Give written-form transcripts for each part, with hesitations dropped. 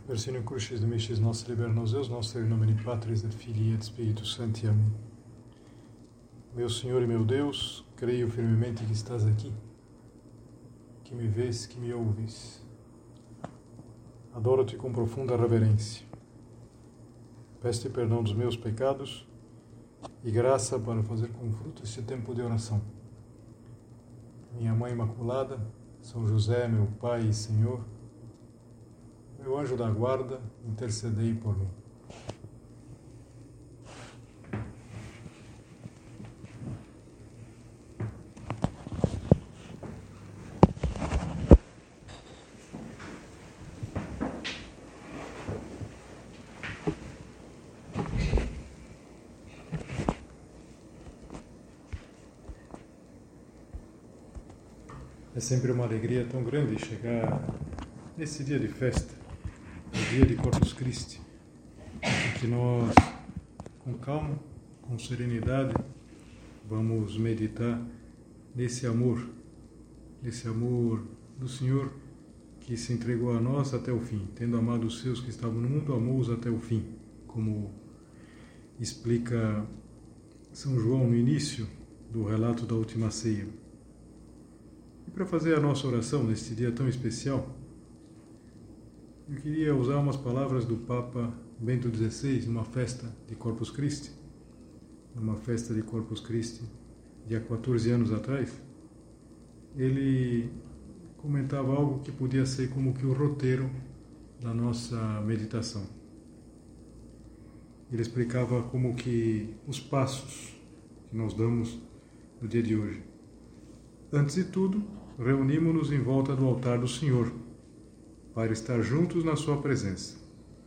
Versino crucis domicis nostri liber nos Deus, nosso in nomine Patris et Filii et Spiritus Sancti. Amém. Meu Senhor e meu Deus, creio firmemente que estás aqui, que me vês, que me ouves. Adoro-te com profunda reverência. Peço-te perdão dos meus pecados e graça para fazer com fruto este tempo de oração. Minha Mãe Imaculada, São José, meu Pai e Senhor, meu anjo da guarda, intercedei por mim. É sempre uma alegria tão grande chegar nesse dia de festa, o dia de Corpus Christi, em que nós, com calma, com serenidade, vamos meditar nesse amor do Senhor que se entregou a nós até o fim, tendo amado os seus que estavam no mundo, amou-os até o fim, como explica São João no início do relato da última ceia. E para fazer a nossa oração neste dia tão especial, eu queria usar umas palavras do Papa Bento XVI numa festa de Corpus Christi, de há 14 anos atrás. Ele comentava algo que podia ser como que o roteiro da nossa meditação. Ele explicava como que os passos que nós damos no dia de hoje. Antes de tudo, reunimos-nos em volta do altar do Senhor, para estar juntos na sua presença.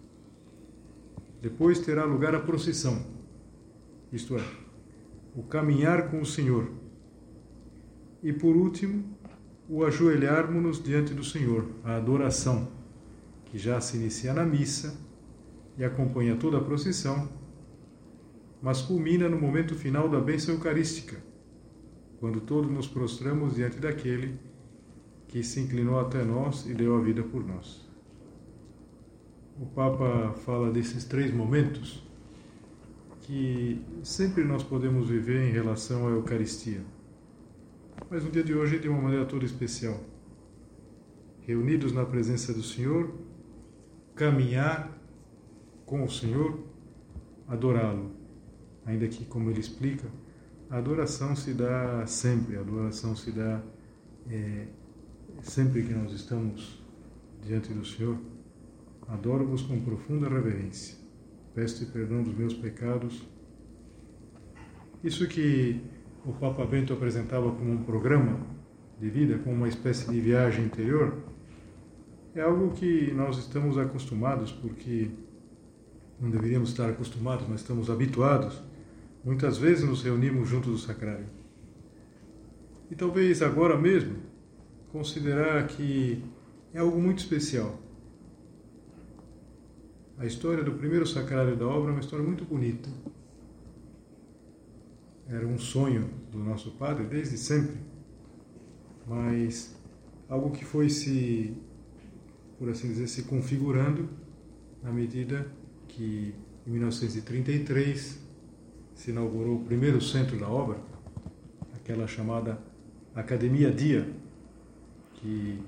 Depois terá lugar a procissão, isto é, o caminhar com o Senhor. E por último, o ajoelharmos-nos diante do Senhor, a adoração, que já se inicia na missa e acompanha toda a procissão, mas culmina no momento final da bênção eucarística, quando todos nos prostramos diante daquele que se inclinou até nós e deu a vida por nós. O Papa fala desses 3 momentos que sempre nós podemos viver em relação à Eucaristia. Mas no dia de hoje, de uma maneira toda especial. Reunidos na presença do Senhor, caminhar com o Senhor, adorá-lo. Ainda que, como ele explica, a adoração se dá sempre, a adoração se dá sempre que nós estamos diante do Senhor. Adoro-vos com profunda reverência. Peço-te perdão dos meus pecados. Isso que o Papa Bento apresentava como um programa de vida, como uma espécie de viagem interior, é algo que nós estamos acostumados, porque não deveríamos estar acostumados, mas estamos habituados. Muitas vezes nos reunimos junto do sacrário. E talvez agora mesmo considerar que é algo muito especial. A história do primeiro sacrário da obra é uma história muito bonita. Era um sonho do nosso padre desde sempre, mas algo que foi por assim dizer, se configurando na medida que em 1933 se inaugurou o primeiro centro da obra, aquela chamada Academia Dia, que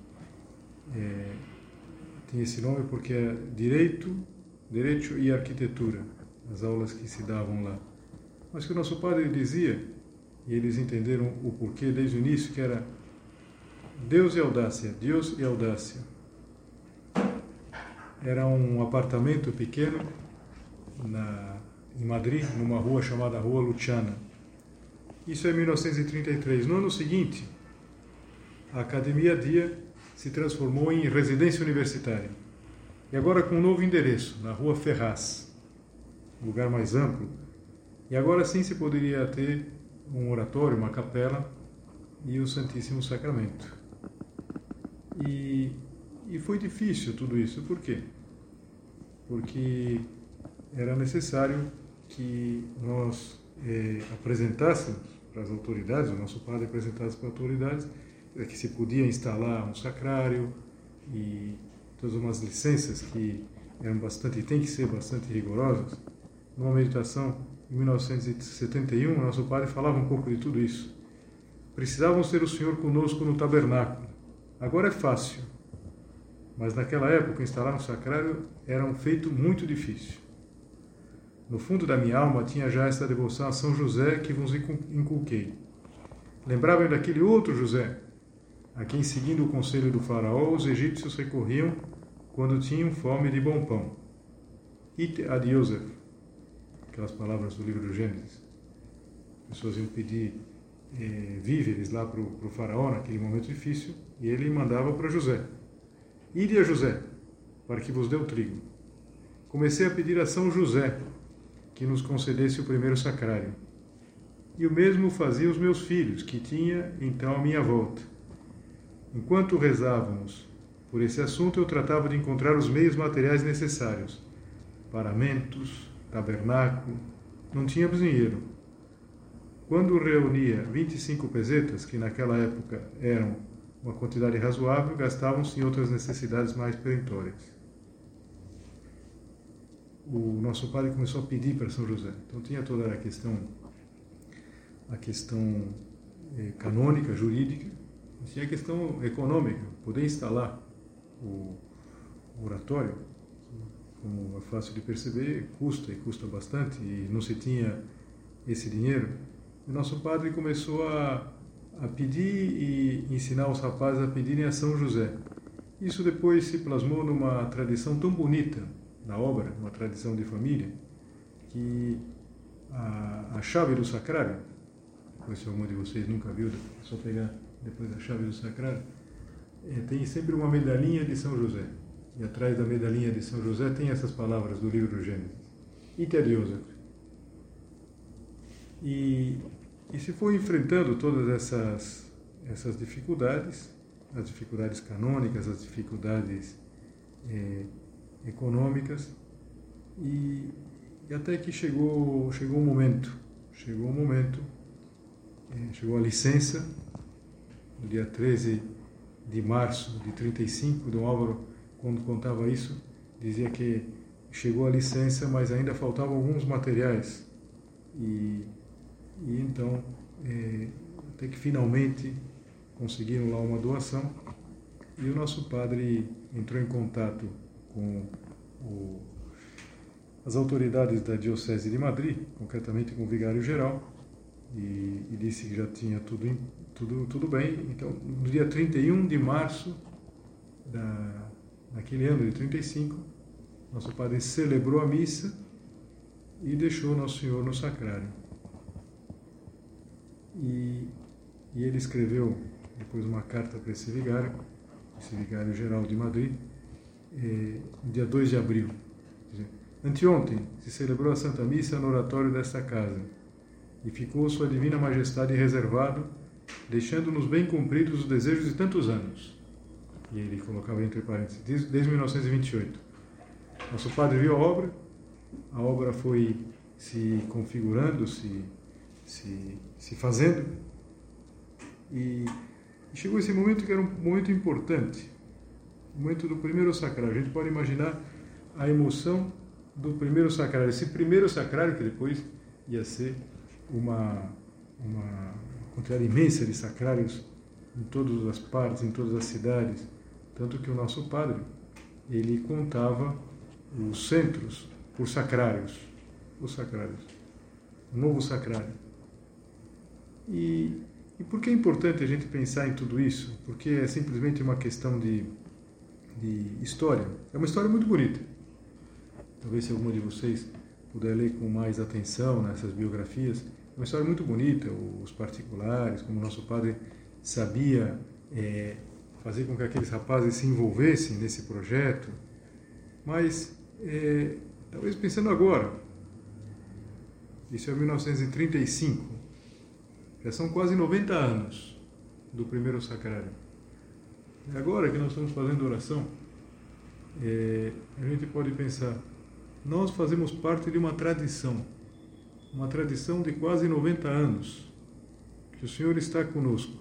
tinha esse nome porque é Direito e Arquitetura, as aulas que se davam lá. Mas que o nosso padre dizia, e eles entenderam o porquê desde o início, que era Deus e audácia, Deus e audácia. Era um apartamento pequeno em Madrid, numa rua chamada Rua Luciana. Isso é 1933. No ano seguinte, a Academia Dia se transformou em residência universitária. E agora com um novo endereço, na Rua Ferraz, um lugar mais amplo. E agora sim se poderia ter um oratório, uma capela e o Santíssimo Sacramento. E foi difícil tudo isso. Por quê? Porque era necessário que nós apresentássemos para as autoridades, o nosso padre apresentasse para as autoridades, que se podia instalar um sacrário e todas umas licenças que tem que ser bastante rigorosas. Numa meditação em 1971, nosso padre falava um pouco de tudo isso. Precisávamos ter o Senhor conosco no tabernáculo. Agora é fácil, mas naquela época instalar um sacrário era um feito muito difícil. No fundo da minha alma tinha já esta devoção a São José que vos inculquei. Lembravam daquele outro José, a quem, seguindo o conselho do faraó, os egípcios recorriam quando tinham fome de bom pão. Ite ad Yosef, aquelas palavras do livro do Gênesis. As pessoas iam pedir víveres lá para o faraó naquele momento difícil, e ele mandava para José. Ide a José, para que vos dê o trigo. Comecei a pedir a São José que nos concedesse o primeiro sacrário. E o mesmo fazia os meus filhos, que tinha então a minha volta. Enquanto rezávamos por esse assunto, eu tratava de encontrar os meios materiais necessários. Paramentos, tabernáculo, não tínhamos dinheiro. Quando reunia 25 pesetas, que naquela época eram uma quantidade razoável, gastavam-se em outras necessidades mais perentórias. O nosso padre começou a pedir para São José. Então tinha toda a questão canônica, jurídica, mas tinha a questão econômica, poder instalar o oratório, como é fácil de perceber, custa bastante, e não se tinha esse dinheiro. O nosso padre começou a pedir e ensinar os rapazes a pedirem a São José. Isso depois se plasmou numa tradição tão bonita da obra, uma tradição de família, que a chave do sacrário, depois se algum de vocês nunca viu, é só pegar depois a chave do sacrário, tem sempre uma medalhinha de São José. E atrás da medalhinha de São José tem essas palavras do livro do Gênesis. Ite ad Yosef. E se foi enfrentando todas essas dificuldades, as dificuldades canônicas, as dificuldades econômicas, e até que chegou um momento, chegou a licença, no dia 13 de março de 35, Dom Álvaro, quando contava isso, dizia que chegou a licença, mas ainda faltavam alguns materiais, e então, até que finalmente conseguiram lá uma doação, e o nosso padre entrou em contato com as autoridades da Diocese de Madrid, concretamente com o Vigário-Geral, e disse que já tinha tudo bem. Então, no dia 31 de março daquele ano de 35, nosso padre celebrou a missa e deixou Nosso Senhor no sacrário. E ele escreveu depois uma carta para esse Vigário-Geral de Madrid, no dia 2 de abril. Anteontem se celebrou a Santa Missa no oratório desta casa, e ficou Sua Divina Majestade reservado, deixando-nos bem cumpridos os desejos de tantos anos. E ele colocava entre parênteses, desde 1928. Nosso padre viu a obra foi se configurando, se fazendo, e chegou esse momento que era um momento importante, o momento do primeiro sacrário. A gente pode imaginar a emoção do primeiro sacrário, esse primeiro sacrário que depois ia ser uma quantidade imensa de sacrários em todas as partes, em todas as cidades, tanto que o nosso padre, ele contava os centros por sacrários, o novo sacrário. E por que é importante a gente pensar em tudo isso? Porque é simplesmente uma questão de história. É uma história muito bonita. Talvez se algum de vocês puder ler com mais atenção nessas biografias, é uma história muito bonita. Os particulares, como o nosso padre sabia fazer com que aqueles rapazes se envolvessem nesse projeto. Mas, talvez pensando agora, isso é 1935, já são quase 90 anos do primeiro sacrário. E agora que nós estamos fazendo oração, a gente pode pensar, nós fazemos parte de uma tradição de quase 90 anos, que o Senhor está conosco.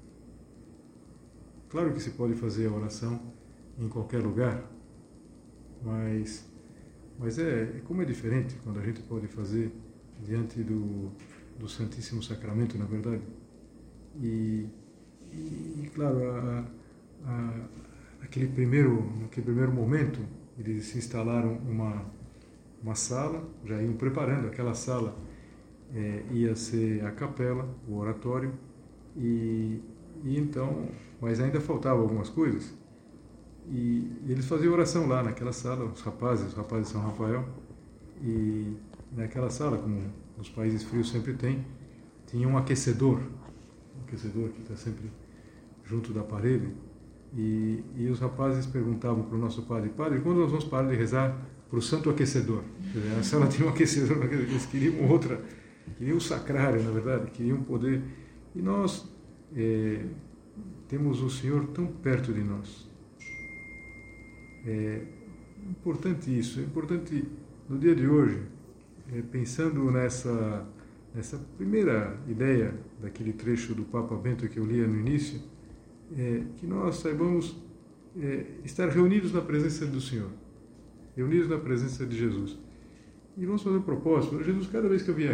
Claro que se pode fazer a oração em qualquer lugar, mas como é diferente quando a gente pode fazer diante do Santíssimo Sacramento, na verdade. E claro, naquele primeiro momento, eles se instalaram uma sala, já iam preparando aquela sala, ia ser a capela, o oratório, e então, mas ainda faltavam algumas coisas, e eles faziam oração lá naquela sala, os rapazes de São Rafael, e naquela sala, como nos países frios sempre tem, tinha um aquecedor que está sempre junto da parede, e os rapazes perguntavam para o nosso padre, quando nós vamos parar de rezar para o santo aquecedor? A sala tinha um aquecedor, eles queriam queriam o sacrário, na verdade, queriam poder, e nós temos o Senhor tão perto de nós. É importante isso, é importante no dia de hoje, pensando nessa primeira ideia daquele trecho do Papa Bento que eu lia no início, que nós saibamos estar reunidos na presença do Senhor, reunidos na presença de Jesus. E vamos fazer um propósito. Jesus, cada vez que eu vier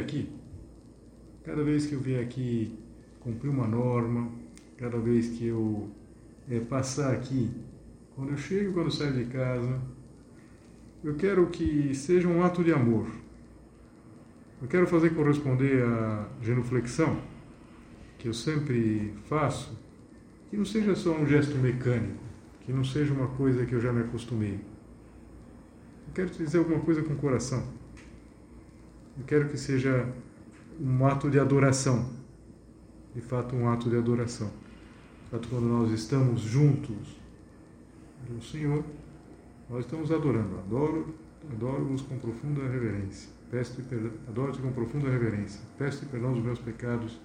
aqui cumprir uma norma, cada vez que eu passar aqui, quando eu chego, quando eu saio de casa, eu quero que seja um ato de amor. Eu quero fazer corresponder a genuflexão, que eu sempre faço, que não seja só um gesto mecânico, que não seja uma coisa que eu já me acostumei. Eu quero te dizer alguma coisa com o coração. Eu quero que seja um ato de adoração. De fato, um ato de adoração. De fato, quando nós estamos juntos do Senhor, nós estamos adorando. Adoro-vos com profunda reverência. Adoro-te com profunda reverência. Peço-te perdão dos meus pecados.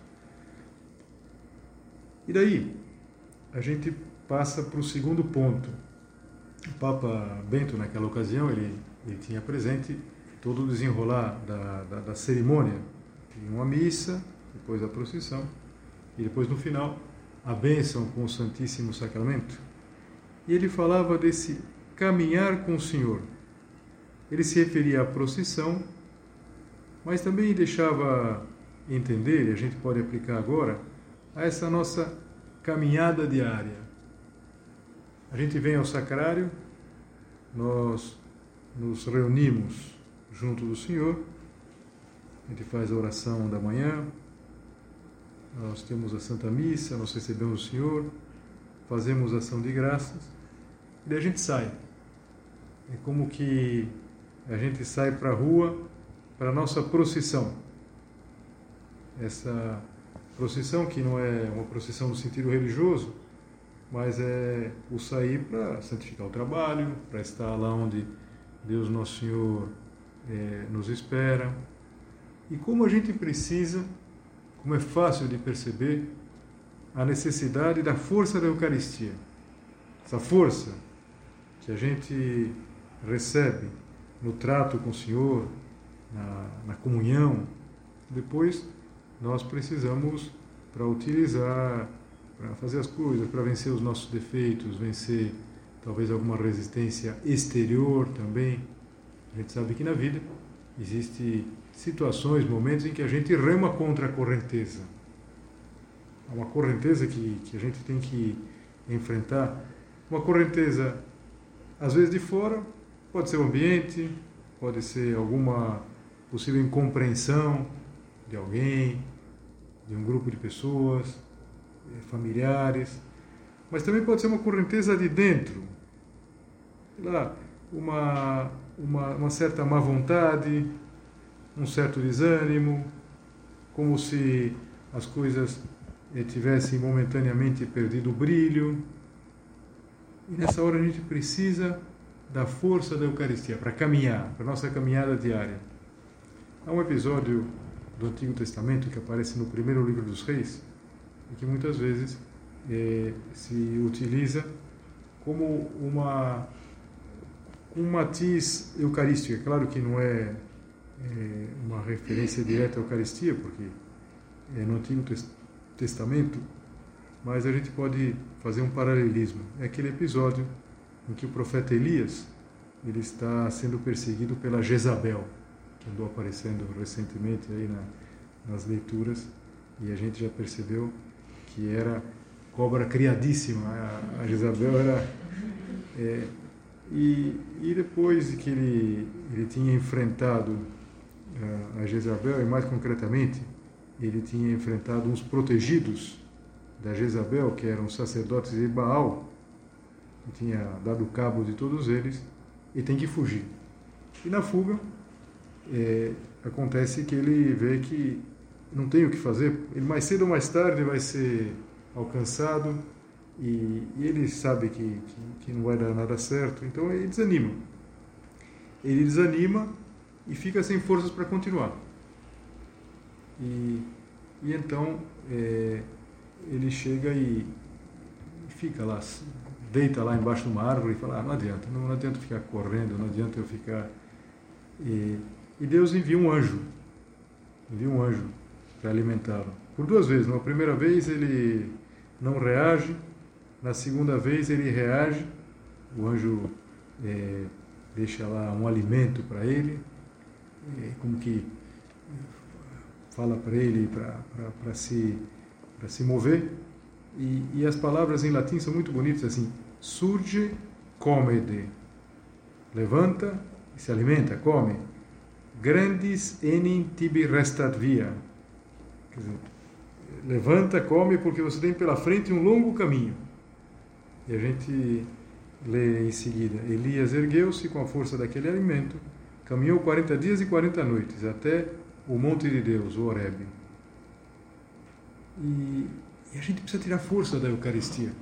E daí, a gente passa para o segundo ponto. O Papa Bento, naquela ocasião, ele tinha presente todo o desenrolar da cerimônia. Tinha uma missa, depois a procissão, e depois, no final, a bênção com o Santíssimo Sacramento. E ele falava desse caminhar com o Senhor. Ele se referia à procissão, mas também deixava entender, e a gente pode aplicar agora, a essa nossa caminhada diária. A gente vem ao sacrário, nós nos reunimos junto do Senhor, a gente faz a oração da manhã, nós temos a Santa Missa, nós recebemos o Senhor, fazemos ação de graças, e daí a gente sai. É como que a gente sai para a rua, para a nossa procissão. Essa procissão que não é uma procissão no sentido religioso, mas é o sair para santificar o trabalho, para estar lá onde Deus Nosso Senhor nos espera. E como a gente precisa, como é fácil de perceber, a necessidade da força da Eucaristia. Essa força que a gente recebe no trato com o Senhor, na comunhão, depois nós precisamos para utilizar, para fazer as coisas, para vencer os nossos defeitos, vencer talvez alguma resistência exterior também. A gente sabe que na vida existem situações, momentos em que a gente rema contra a correnteza. É uma correnteza que a gente tem que enfrentar. Uma correnteza, às vezes de fora, pode ser o ambiente, pode ser alguma possível incompreensão de alguém, de um grupo de pessoas, familiares, mas também pode ser uma correnteza de dentro, sei lá, uma certa má vontade, um certo desânimo, como se as coisas tivessem momentaneamente perdido o brilho. E nessa hora a gente precisa da força da Eucaristia para caminhar, para a nossa caminhada diária. Há um episódio do Antigo Testamento que aparece no primeiro livro dos Reis e que muitas vezes se utiliza como um matiz eucarístico. É claro que não é uma referência direta à Eucaristia, porque é no Antigo Testamento, mas a gente pode fazer um paralelismo. É aquele episódio em que o profeta Elias ele está sendo perseguido pela Jezabel, que andou aparecendo recentemente aí nas leituras, e a gente já percebeu que era cobra criadíssima. A Jezabel era... E depois que ele tinha enfrentado a Jezabel, e mais concretamente, ele tinha enfrentado uns protegidos da Jezabel, que eram sacerdotes de Baal, que tinha dado cabo de todos eles, e tem que fugir. E na fuga, acontece que ele vê que não tem o que fazer, ele mais cedo ou mais tarde vai ser alcançado, e ele sabe que não vai dar nada certo, então ele desanima. Ele desanima e fica sem forças para continuar. E então ele chega e fica lá, deita lá embaixo de uma árvore e fala, não adianta ficar correndo, não adianta eu ficar... E Deus envia um anjo para alimentá-lo. Por 2 vezes. Na primeira vez ele não reage, na segunda vez ele reage, o anjo deixa lá um alimento para ele, como que fala para ele para se mover, e as palavras em latim são muito bonitas, assim, surge, comede, levanta e se alimenta, come, grandis enim tibi restat via, quer dizer, levanta, come, porque você tem pela frente um longo caminho. E a gente lê em seguida, Elias ergueu-se com a força daquele alimento, caminhou 40 dias e 40 noites, até o monte de Deus, o Horebe. E a gente precisa tirar força da Eucaristia.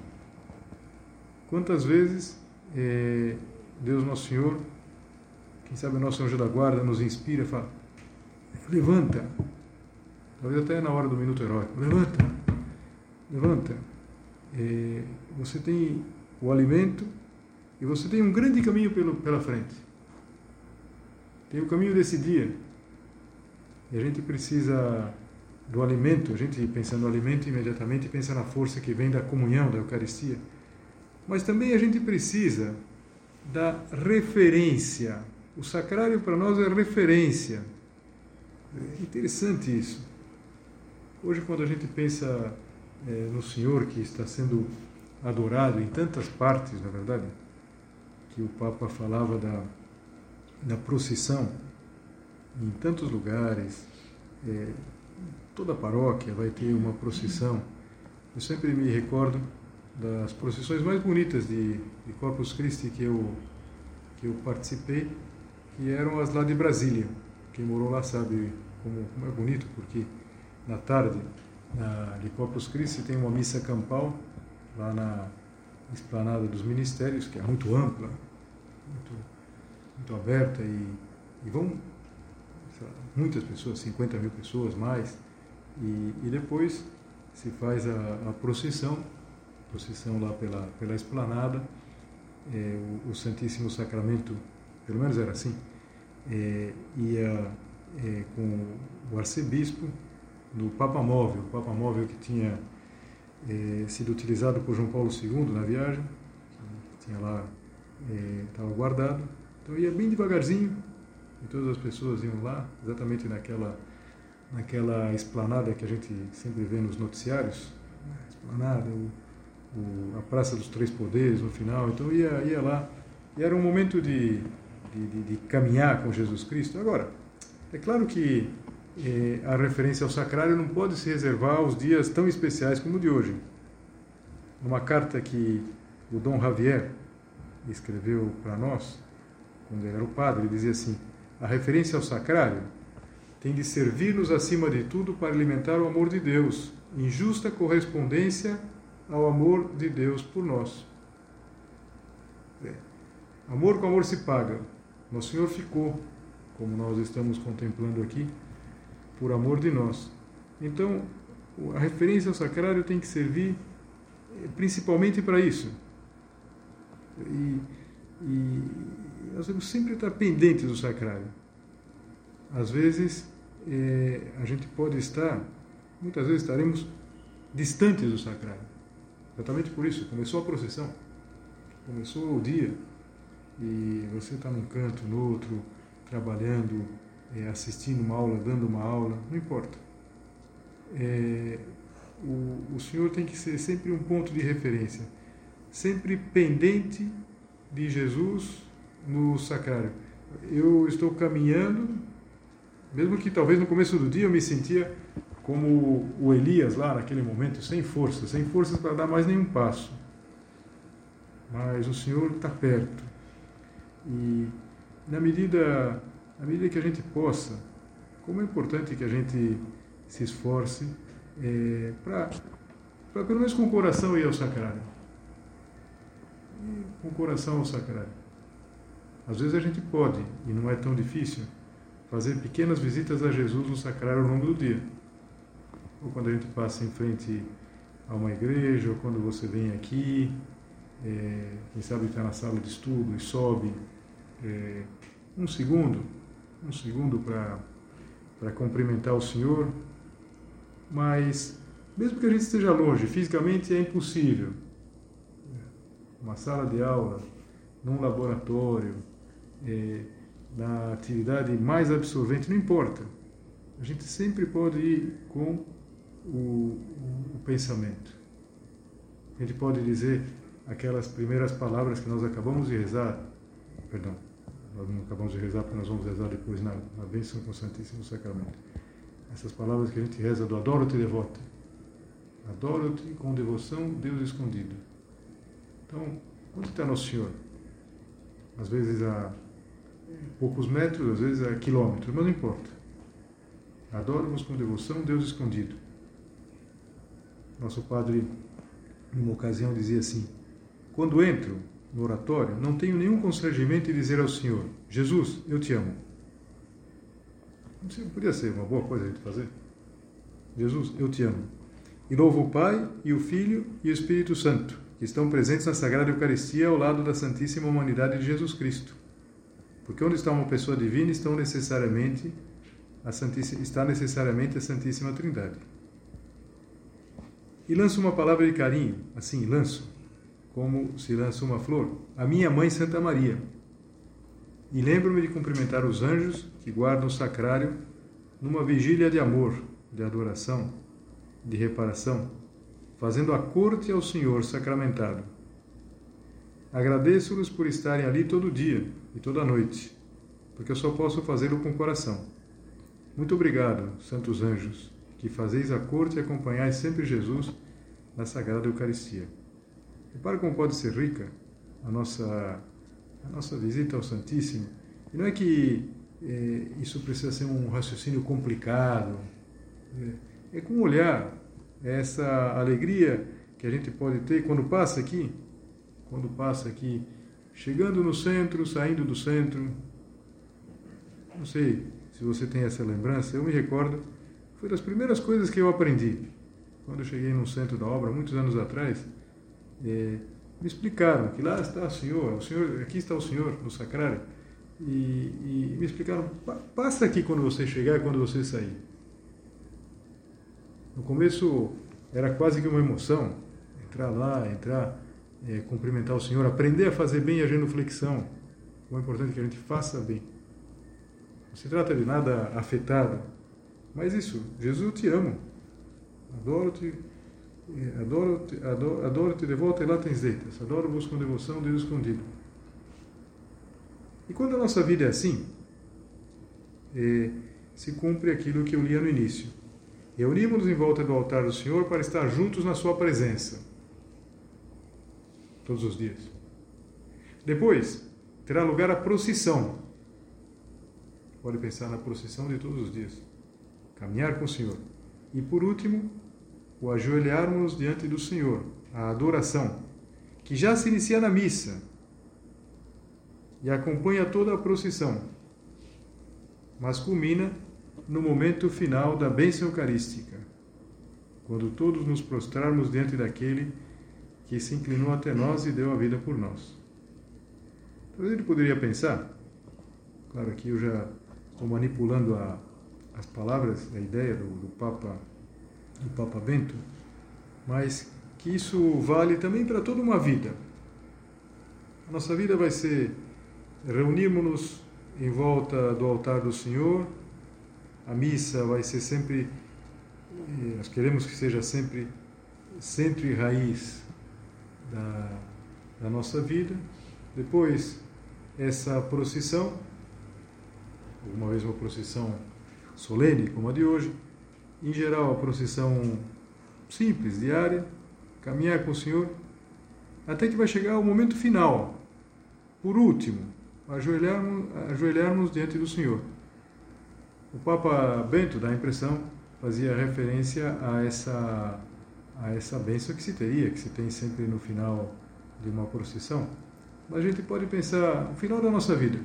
Quantas vezes Deus Nosso Senhor, quem sabe o nosso anjo da guarda, nos inspira e fala, levanta, talvez até na hora do minuto heróico, levanta, você tem o alimento e você tem um grande caminho pela frente, tem o caminho desse dia, e a gente precisa do alimento. A gente, pensando no alimento, imediatamente pensa na força que vem da comunhão, da Eucaristia, mas também a gente precisa da referência. O sacrário para nós é referência. É interessante isso. Hoje, quando a gente pensa no Senhor que está sendo adorado em tantas partes, na verdade, que o Papa falava da procissão, em tantos lugares, toda a paróquia vai ter uma procissão. Eu sempre me recordo das procissões mais bonitas de Corpus Christi que eu participei, que eram as lá de Brasília. Quem morou lá sabe como é bonito, porque na tarde de Corpus Christi tem uma missa campal lá na esplanada dos ministérios, que é muito ampla, muito aberta, e vão muitas pessoas, 50 mil pessoas mais, e depois se faz a procissão lá pela esplanada, o Santíssimo Sacramento, pelo menos era assim, ia com o arcebispo no Papa Móvel que tinha sido utilizado por João Paulo II na viagem, que tinha lá, estava guardado, então ia bem devagarzinho, e todas as pessoas iam lá, exatamente naquela esplanada que a gente sempre vê nos noticiários, a esplanada, a Praça dos Três Poderes no final, então ia lá, e era um momento de caminhar com Jesus Cristo. Agora, é claro que a referência ao sacrário não pode se reservar aos dias tão especiais como o de hoje. Numa carta que o Dom Javier escreveu para nós, quando ele era o padre, ele dizia assim, a referência ao sacrário tem de servir-nos acima de tudo para alimentar o amor de Deus, em justa correspondência ao amor de Deus por nós. Amor com amor se paga. Nosso Senhor ficou, como nós estamos contemplando aqui, por amor de nós. Então, a referência ao sacrário tem que servir principalmente para isso. E nós devemos sempre estar pendentes do sacrário. Às vezes, a gente pode estar, muitas vezes estaremos distantes do sacrário. Exatamente por isso, começou a procissão, começou o dia, e você está num canto, no outro, trabalhando, assistindo uma aula, dando uma aula, não importa. O Senhor tem que ser sempre um ponto de referência, sempre pendente de Jesus no sacrário. Eu estou caminhando, mesmo que talvez no começo do dia eu me sentia como o Elias lá naquele momento, sem forças para dar mais nenhum passo. Mas o Senhor está perto. E na medida que a gente possa, como é importante que a gente se esforce para pelo menos com o coração ir ao sacrário. Com o coração ao sacrário. Às vezes a gente pode, e não é tão difícil, fazer pequenas visitas a Jesus no sacrário ao longo do dia. Ou quando a gente passa em frente a uma igreja, ou quando você vem aqui, quem sabe está na sala de estudo e sobe um segundo para cumprimentar o Senhor. Mas, mesmo que a gente esteja longe, fisicamente é impossível. Uma sala de aula, num laboratório, na atividade mais absorvente, não importa. A gente sempre pode ir com o pensamento. A gente pode dizer aquelas primeiras palavras que nós acabamos de rezar, perdão, nós não acabamos de rezar porque nós vamos rezar depois na bênção com o Santíssimo Sacramento. Essas palavras que a gente reza do Adoro-te Devote. Adoro-te com devoção, Deus escondido. Então, onde está Nosso Senhor? Às vezes a poucos metros, às vezes a quilômetros, mas não importa. Adoro-vos com devoção, Deus escondido. Nosso padre, numa ocasião, dizia assim: quando entro no oratório, não tenho nenhum constrangimento em dizer ao Senhor: Jesus, eu te amo. Não podia ser uma boa coisa a gente fazer? Jesus, eu te amo. E louvo o Pai, e o Filho, e o Espírito Santo, que estão presentes na Sagrada Eucaristia ao lado da Santíssima Humanidade de Jesus Cristo. Porque onde está uma pessoa divina, está necessariamente a Santíssima Trindade. E lanço uma palavra de carinho, assim, lanço, como se lança uma flor, a minha Mãe Santa Maria. E lembro-me de cumprimentar os anjos que guardam o sacrário numa vigília de amor, de adoração, de reparação, fazendo a corte ao Senhor sacramentado. Agradeço-lhes por estarem ali todo dia e toda noite, porque eu só posso fazê-lo com o coração. Muito obrigado, santos anjos, que fazeis a corte e acompanhais sempre Jesus na Sagrada Eucaristia. Repare como pode ser rica a nossa visita ao Santíssimo. E não é que isso precisa ser um raciocínio complicado. É com o olhar, essa alegria que a gente pode ter quando passa aqui, chegando no centro, saindo do centro. Não sei se você tem essa lembrança, eu me recordo, foi das primeiras coisas que eu aprendi. Quando eu cheguei no centro da obra, muitos anos atrás, me explicaram que lá está o Senhor, aqui está o Senhor no sacrário, e me explicaram, passa aqui quando você chegar e quando você sair. No começo era quase que uma emoção, entrar lá, cumprimentar o Senhor, aprender a fazer bem a genuflexão. O importante é que a gente faça bem. Não se trata de nada afetado, mas isso, Jesus, eu te amo, adoro-te de volta e lá tens deitas, adoro-vos com devoção, Deus escondido. E quando a nossa vida é assim, se cumpre aquilo que eu lia no início. Reunimos-nos em volta do altar do Senhor para estar juntos na sua presença, todos os dias. Depois, terá lugar a procissão. Pode pensar na procissão de todos os dias. Caminhar com o Senhor. E por último, o ajoelharmos diante do Senhor, a adoração, que já se inicia na missa e acompanha toda a procissão, mas culmina no momento final da bênção eucarística, quando todos nos prostrarmos diante daquele que se inclinou até nós e deu a vida por nós. Talvez ele poderia pensar, claro, aqui eu já estou manipulando as palavras, a ideia do Papa Bento, mas que isso vale também para toda uma vida. A nossa vida vai ser reunirmos-nos em volta do altar do Senhor. A missa vai ser sempre, nós queremos que seja sempre centro e raiz da nossa vida. Depois, essa procissão, uma vez uma procissão solene como a de hoje, em geral a procissão simples, diária, caminhar com o Senhor, até que vai chegar o momento final. Por último, ajoelharmos diante do Senhor. O Papa Bento, dá a impressão, fazia referência a essa bênção que se tem sempre no final de uma procissão. Mas a gente pode pensar no final da nossa vida.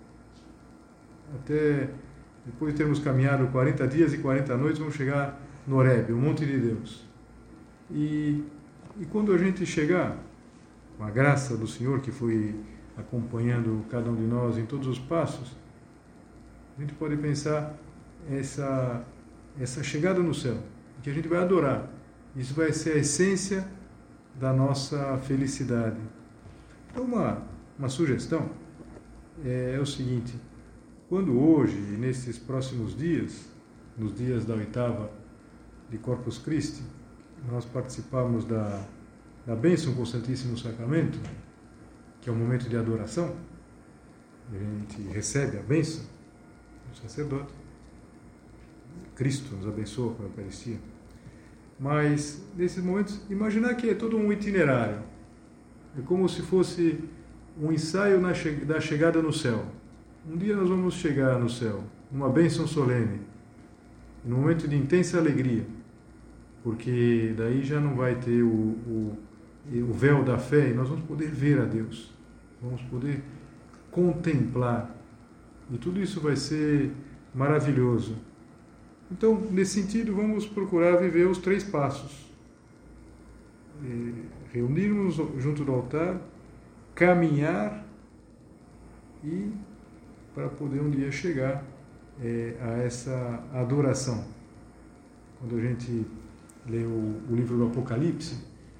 Até depois de termos caminhado 40 dias e 40 noites, vamos chegar no Horebe, o Monte de Deus. E quando a gente chegar, com a graça do Senhor que foi acompanhando cada um de nós em todos os passos, a gente pode pensar essa chegada no céu, que a gente vai adorar. Isso vai ser a essência da nossa felicidade. Então, uma sugestão é o seguinte: quando hoje, nesses próximos dias, nos dias da oitava de Corpus Christi, nós participarmos da bênção com o Santíssimo Sacramento, que é um momento de adoração, a gente recebe a bênção do sacerdote. Cristo nos abençoa com a Eucaristia. Mas, nesses momentos, imaginar que é todo um itinerário. É como se fosse um ensaio da chegada no céu. Um dia nós vamos chegar no céu, numa bênção solene, num momento de intensa alegria, porque daí já não vai ter o véu da fé e nós vamos poder ver a Deus, vamos poder contemplar, e tudo isso vai ser maravilhoso. Então, nesse sentido, vamos procurar viver os 3 passos. Reunirmos junto do altar, caminhar e para poder um dia chegar a essa adoração. Quando a gente lê o livro do Apocalipse,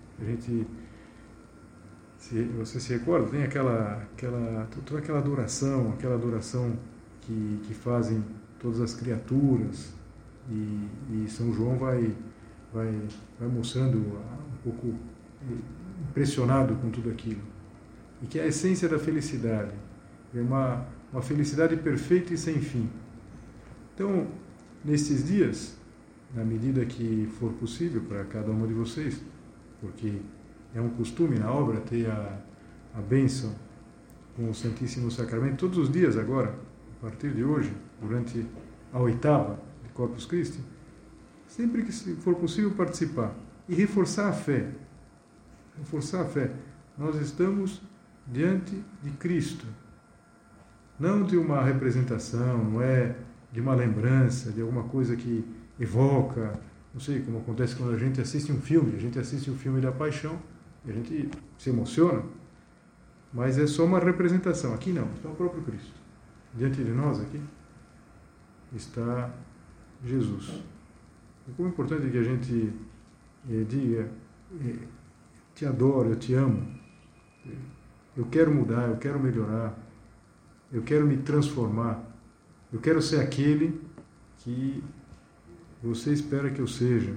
você se recorda, tem toda aquela adoração que fazem todas as criaturas, e São João vai mostrando um pouco impressionado com tudo aquilo, e que é a essência da felicidade, é uma felicidade perfeita e sem fim. Então, nesses dias, na medida que for possível para cada uma de vocês, porque é um costume na obra ter a bênção com o Santíssimo Sacramento todos os dias agora, a partir de hoje, durante a oitava de Corpus Christi, sempre que for possível participar e reforçar a fé. Reforçar a fé. Nós estamos diante de Cristo, não de uma representação, não é de uma lembrança, de alguma coisa que evoca, não sei, como acontece quando a gente assiste um filme da Paixão, e a gente se emociona, mas é só uma representação. Aqui não, está o próprio Cristo. Diante de nós aqui está Jesus. E como é importante que a gente diga: te adoro, eu te amo, eu quero mudar, eu quero melhorar, eu quero me transformar, eu quero ser aquele que você espera que eu seja.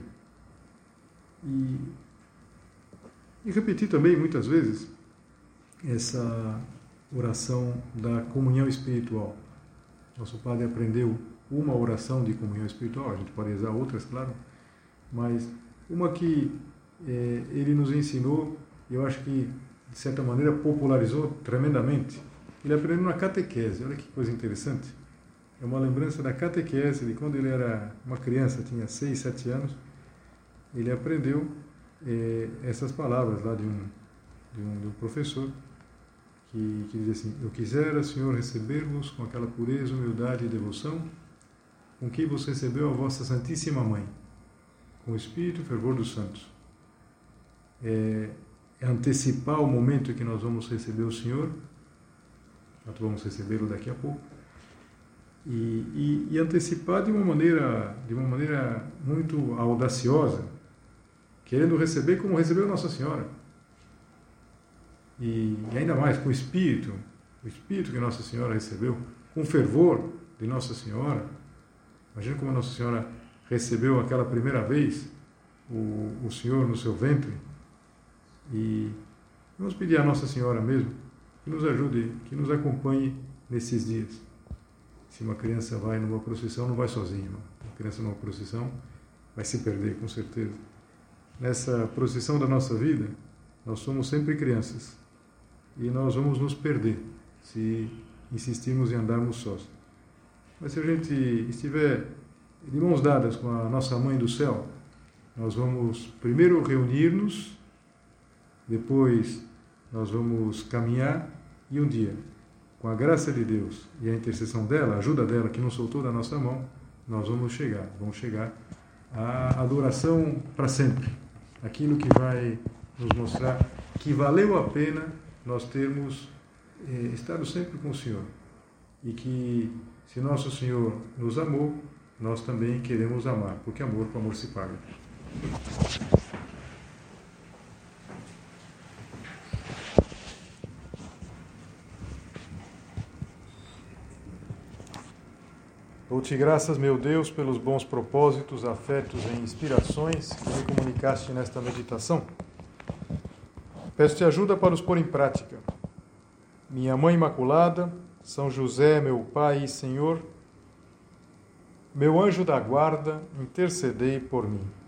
E repetir também, muitas vezes, essa oração da comunhão espiritual. Nosso Padre aprendeu uma oração de comunhão espiritual, a gente pode usar outras, claro, mas uma que ele nos ensinou, e eu acho que, de certa maneira, popularizou tremendamente. Ele aprendeu na catequese, olha que coisa interessante. É uma lembrança da catequese, de quando ele era uma criança, tinha 6, 7 anos, ele aprendeu essas palavras lá de um professor, que dizia assim: eu quisera, Senhor, receber-vos com aquela pureza, humildade e devoção com que vos recebeu a vossa Santíssima Mãe, com o Espírito e fervor dos santos. É antecipar o momento em que nós vamos receber o Senhor, nós vamos recebê-lo daqui a pouco, e antecipar de uma maneira muito audaciosa, querendo receber como recebeu Nossa Senhora. E ainda mais com o Espírito, o Espírito que Nossa Senhora recebeu, com fervor de Nossa Senhora. Imagina como Nossa Senhora recebeu aquela primeira vez o Senhor no seu ventre. E vamos pedir a Nossa Senhora mesmo que nos ajude, que nos acompanhe nesses dias. Se uma criança vai numa procissão, não vai sozinha. Não. Uma criança numa procissão vai se perder, com certeza. Nessa procissão da nossa vida, nós somos sempre crianças. E nós vamos nos perder se insistirmos em andarmos sós. Mas se a gente estiver de mãos dadas com a nossa Mãe do Céu, nós vamos primeiro reunir-nos, depois nós vamos caminhar e um dia, com a graça de Deus e a intercessão dela, a ajuda dela que não soltou da nossa mão, nós vamos chegar à adoração para sempre. Aquilo que vai nos mostrar que valeu a pena nós termos estado sempre com o Senhor. E que se nosso Senhor nos amou, nós também queremos amar, porque amor com amor se paga. Dou-te graças, meu Deus, pelos bons propósitos, afetos e inspirações que me comunicaste nesta meditação. Peço-te ajuda para os pôr em prática. Minha Mãe Imaculada, São José, meu Pai e Senhor, meu anjo da guarda, intercedei por mim.